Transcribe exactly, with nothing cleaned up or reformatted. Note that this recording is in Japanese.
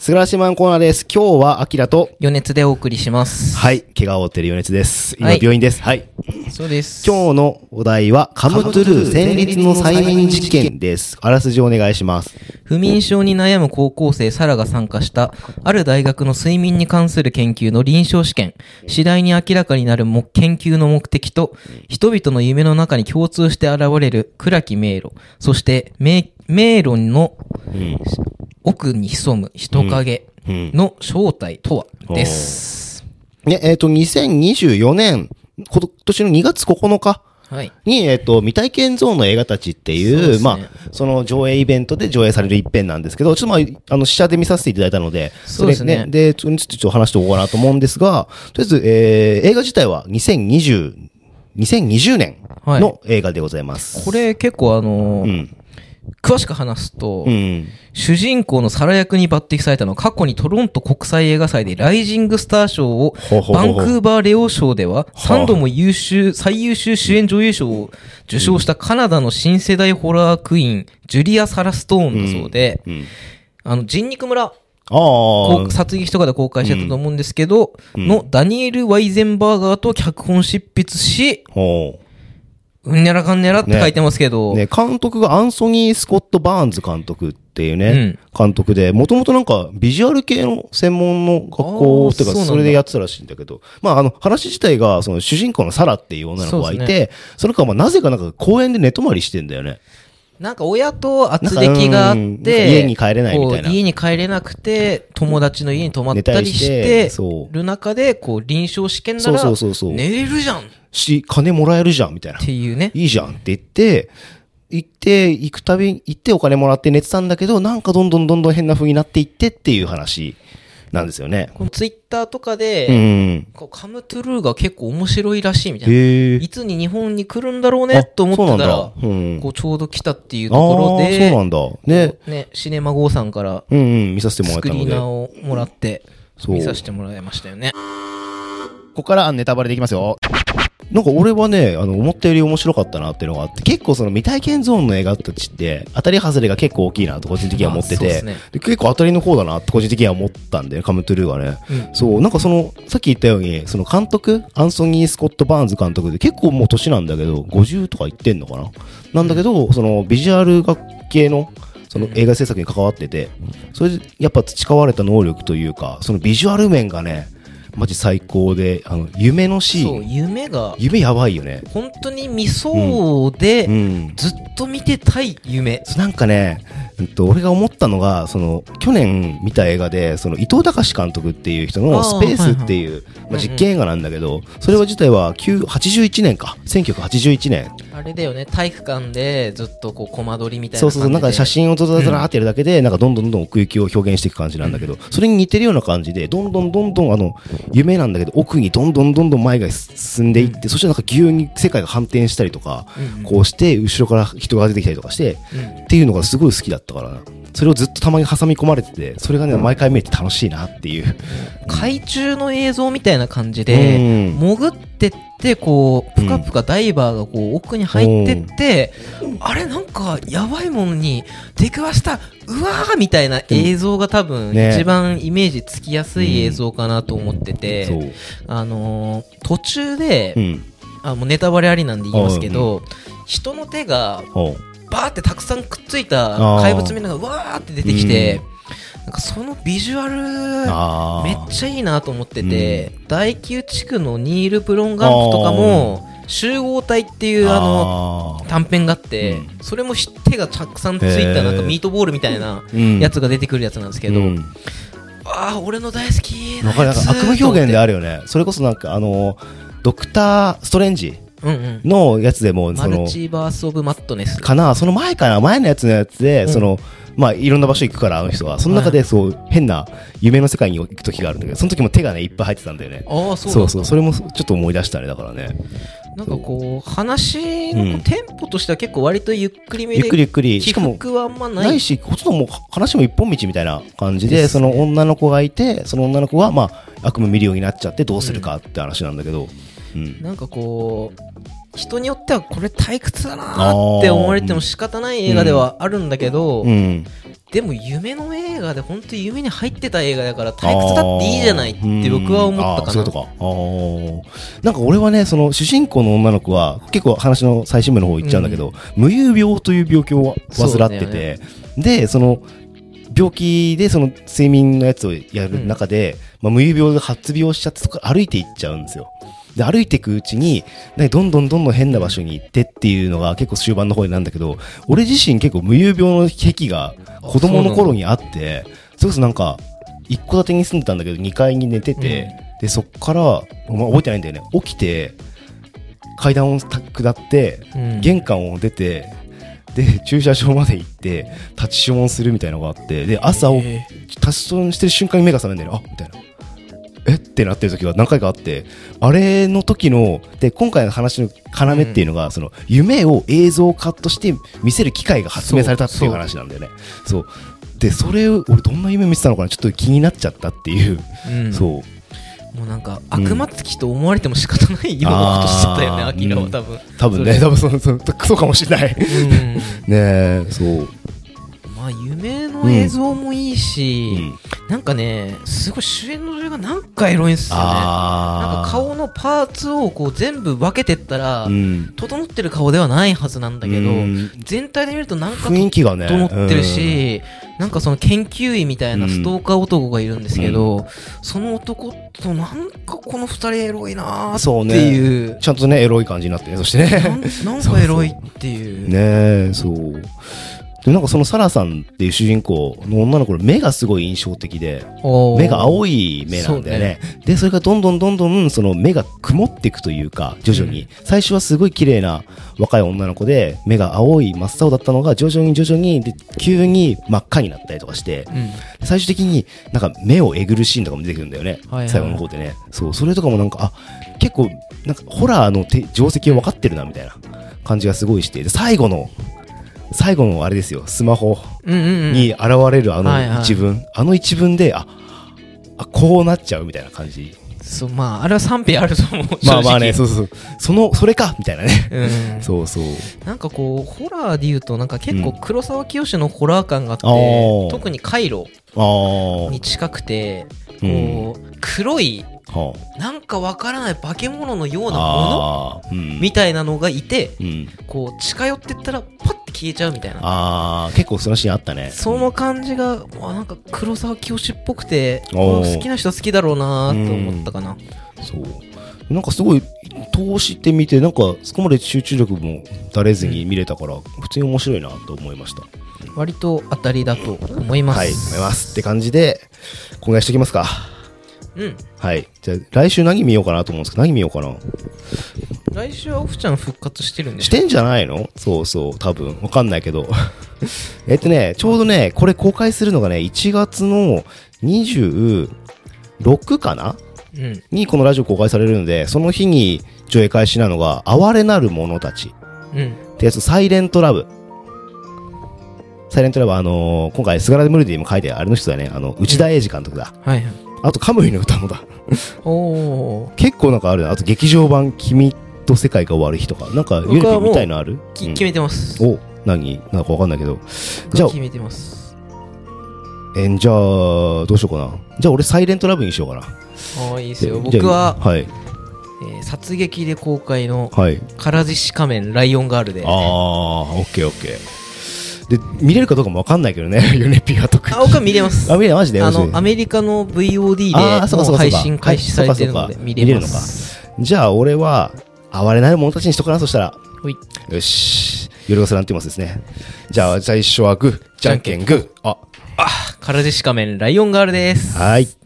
すがらしマンコーナーです。今日はアキラと余熱でお送りします。 はい、怪我を負っている余熱です。今、 はい、 病院です。はい。 そうです。 今日のお題はカムトゥルー戦慄の催眠実験です。あらすじお願いします。 不眠症に悩む高校生サラが参加したある大学の睡眠に関する研究の臨床試験。次第に明らかになる研究の目的と人々の夢の中に共通して現れる暗き迷路、そして迷路の奥に潜む人影の正体とは、うん、です。 ね、えっ、ー、と、にせんにじゅうよねん、今年のにがつここのかに、はい、えっ、ー、と、未体験ゾーンの映画たちっていう、うね、まあ、その上映イベントで上映される一編なんですけど、ちょっとまあ、あの、試写で見させていただいたので、 そうですね。 それね、で、ちょっとちょっと話しておこうかなと思うんですが、とりあえず、えー、映画自体はにせんにじゅう、にせんにじゅうねんの映画でございます。 はい、これ結構あのー、うん詳しく話すと、うん、主人公のサラ役に抜擢されたのは過去にトロント国際映画祭でライジングスター賞をバンクーバーレオ賞ではさんども優秀最優秀主演女優賞を受賞したカナダの新世代ホラークイーンジュリア・サラ・ストーンだそうで、うんうん、あの人肉村殺撃とかで公開してたと思うんですけど、うん、のダニエル・ワイゼンバーガーと脚本執筆し、うんにゃらかんにゃらって書いてますけど。 ね、ね、監督がアンソニー・スコット・バーンズ監督っていうね、うん、監督で、もともとなんかビジュアル系の専門の学校っていうか、それでやってたらしいんだけど、まああの話自体が、その主人公のサラっていう女の子がいて、 そ, ね、その子はまあなぜかなんか公園で寝泊まりしてんだよね。 なんか親と圧力があって、 家に帰れないみたいな。 家に帰れなくて、友達の家に泊まったりしてる中で、こう臨床試験なら、寝れるじゃんし、金もらえるじゃんみたいな。 っていうね。 いいじゃんって言って、行って、行くたび、行ってお金もらって寝てたんだけど、なんかどんどんどんどん変な風になっていってっていう話なんですよね。 このツイッターとかで、うん、こうカムトゥルーが結構面白いらしいみたいな。いつに日本に来るんだろうねと思ってたら、うん、こうちょうど来たっていうところで、 そうなんだ。ね。 ね、シネマゴーさんから、 うんうん、見させてもらったので。 スクリーナーをもらって、見させてもらいましたよね。 ここからネタバレでいきますよ。なんか俺はね、あの、思ったより面白かったなっていうのがあって、結構その未体験ゾーンの映画たちって、当たり外れが結構大きいなと個人的には思ってて、ね、で結構当たりの方だなって個人的には思ったんだよ、カムトゥルーはね。うん、そう、なんかその、さっき言ったように、その監督、アンソニー・スコット・バーンズ監督で結構もう年なんだけど、ごじゅうとか言ってんのかななんだけど、そのビジュアル学系の、その映画制作に関わってて、それでやっぱ培われた能力というか、そのビジュアル面がね、マジ最高で、あの夢のシーン、 そう夢が夢やばいよね。 本当に見そうで、うん、ずっと見てたい夢。 なんかね、えっと、俺が思ったのが、その去年見た映画で、その伊藤隆監督っていう人のスペースっていう、はいはい、まあ、実験映画なんだけど、うんうん、それは自体ははちじゅういちねんか、せんきゅうひゃくはちじゅういちねん。 あれだよね、体育館でずっとこうコマ撮りみたいな感じで。 そうそうそう、なんか写真をずらずらってやるだけで、うん、なんかどんどんどんどん奥行きを表現していく感じなんだけど、うん、それに似てるような感じで、どんどんどんどんあの夢なんだけど奥にどんどんどんどん前が進んでいって、うん、そしてなんか急に世界が反転したりとか、うん、こうして後ろから人が出てきたりとかして、うん、っていうのがすごい好きだったからな。それをずっとたまに挟み込まれてて、それがね、毎回見えて楽しいなっていう、 うん、海中の映像みたいな感じで、うん、潜ってってこうぷかぷかダイバーがこう奥に入ってって、うん、あれなんかやばいものに出くわした、うわーみたいな映像が多分一番イメージつきやすい映像かなと思ってて、うん、あのー、途中で、うん、あもうネタバレありなんで言いますけど、うん、人の手がバーってたくさんくっついた怪物みんながわーって出てきて、うん、なんかそのビジュアルめっちゃいいなと思ってて、うん、第きゅう地区のニール・ブロンガンプとかも集合体っていうあの短編があって、うん、それも手がたくさんついたなんかミートボールみたいなやつが出てくるやつなんですけど、うん、ああ俺の大好きなやつ悪夢表現であるよね。それこそなんかあのドクターストレンジのやつでも、 うんうん、マルチバースオブマットネスかな、その前かな、前のやつのやつで、うん、そのまあいろんな場所行くからあの人はその中でそう変な夢の世界に行く時があるんだけど、その時も手がねいっぱい入ってたんだよね。 ああそうそうそう、それもちょっと思い出したね。だからね、 なんかこう話のテンポとしては結構割とゆっくりめで、 ゆっくりゆっくり、 起伏はあんまないないし、ほとんどもう話も一本道みたいな感じで、その女の子がいて、その女の子はまあ悪夢見るようになっちゃってどうするかって話なんだけど、うんうん、 なんかこう人によってはこれ退屈だなーって思われても仕方ない映画ではあるんだけど、うんうん、でも夢の映画で本当に夢に入ってた映画だから退屈だっていいじゃないって僕は思ったかな。 そういうことか。あなんか俺はね、その主人公の女の子は結構話の最新部の方行っちゃうんだけど、うん、無遊病という病気を患ってて、ね、でその病気でその睡眠のやつをやる中で、うんまあ、無遊病が発病しちゃってそこから歩いていっちゃうんですよ。で歩いていくうちにどんどんどんどん変な場所に行ってっていうのが結構終盤の方になんだけど、俺自身結構無遊病の癖が子供の頃にあって、それこそなんか一戸建てに住んでたんだけどにかいに寝てて、うん、でそっから、まあ、覚えてないんだよね。起きて階段を下って、うん、玄関を出てで駐車場まで行って立ちションするみたいなのがあって、で朝を立ちションしてる瞬間に目が覚めるんだよね。あみたいなえってなってる時が何回かあって、あれの時ので今回の話の要っていうのが、うん、その夢を映像化として見せる機会が発明されたっていう話なんだよね。そうでそれを俺どんな夢見てたのかなちょっと気になっちゃったっていう、うん、そうもうなんか悪魔つきと思われても仕方ないようなことしちゃったよね、アキラは多分、うん、 多分ね多分そのそのそうかもしれない、うん、ねえそうまあ夢の映像もいいし、うん、なんかねすごい主演の女優がなんかエロいんすよね。なんか顔のパーツをこう全部分けてったら、うん、整ってる顔ではないはずなんだけど、うん、全体で見るとなんか雰囲気がね整ってるし、うん、なんかその研究医みたいなストーカー男がいるんですけど、うん、その男となんかこの二人エロいなーっていう、 ね、ちゃんとねエロい感じになってね、そしてねな, なんかエロいっていうそうそうねそうでなんかそのサラさんっていう主人公の女の子の目がすごい印象的で、目が青い目なんだよね。そでそれがどんどんどんどんその目が曇っていくというか徐々に、うん、最初はすごい綺麗な若い女の子で目が青い真っ青だったのが徐々に徐々にで急に真っ赤になったりとかして、うん、最終的になんか目をえぐるシーンとかも出てくるんだよね、はいはい、最後の方でね。そうそれとかもなんかあ結構なんかホラーの定石を分かってるなみたいな感じがすごいして、で最後の最後のあれですよスマホに現れるあの一文、うんうんうんはいはい、あの一文でああこうなっちゃうみたいな感じ。 そうまああれは賛否あると思う。 まあまあねそうそうそのそれかみたいなね、うん、そうそうなんかこうホラーでいうとなんか結構黒沢清のホラー感があって、うん、特にカイロに近くてこう、うん、黒いはあ、なんかわからない化け物のようなもの、うん、みたいなのがいて、うん、こう近寄ってったらパッて消えちゃうみたいな。 あ結構そのシーンあったね。 その感じが、うん、なんか黒沢清っぽくて好きな人好きだろうなと思ったかな、 うん、そうなんかすごい通してみてなんかそこまで集中力もだれずに見れたから、うん、普通に面白いなと思いました。 割と当たりだと思います。 はい思いますって感じで今回しておきますか。 うん、 はいじゃあ来週何見ようかなと思うんですけど何見ようかな。 来週はオフちゃん復活してるんでしてんじゃないの。そうそう多分わかんないけどえっとねちょうどねこれ公開するのがねいちがつのにじゅうろくかな、うん、にこのラジオ公開されるので、その日に上映開始なのが哀れなる者たち、うん、ってやつサイレントラブサイレントラブあのー、今回スガラデムルディも書いてあれの人だねあの内田英二監督だ、うん、はいはいあとカムイの歌もだお結構なんかあるな。あと劇場版君と世界が終わる日とかなんかユニピみたいのある、うん、 決めてます。 お何なんかわかんないけどじゃあ決めてます。 えー、じゃあどうしようかな。じゃあ俺サイレントラブにしようかな。 あいいですよ。僕は、はいえー、殺撃で公開の唐獅子仮面ライオンガールで、 ああオッケーオッケーで見れるかどうかも分かんないけどねユネピは特にあ僕は見れます。 あ見れマジであのアメリカの ブイオーディー でもう配信開始されてるので見れます。 のか。じゃあ俺は哀れなる者たちにしとかな。そしたらよしヨルゴスランティモスですね。じゃあ最初はグーじゃんけんグー。ああ唐獅子仮面ライオンガールです。 はい。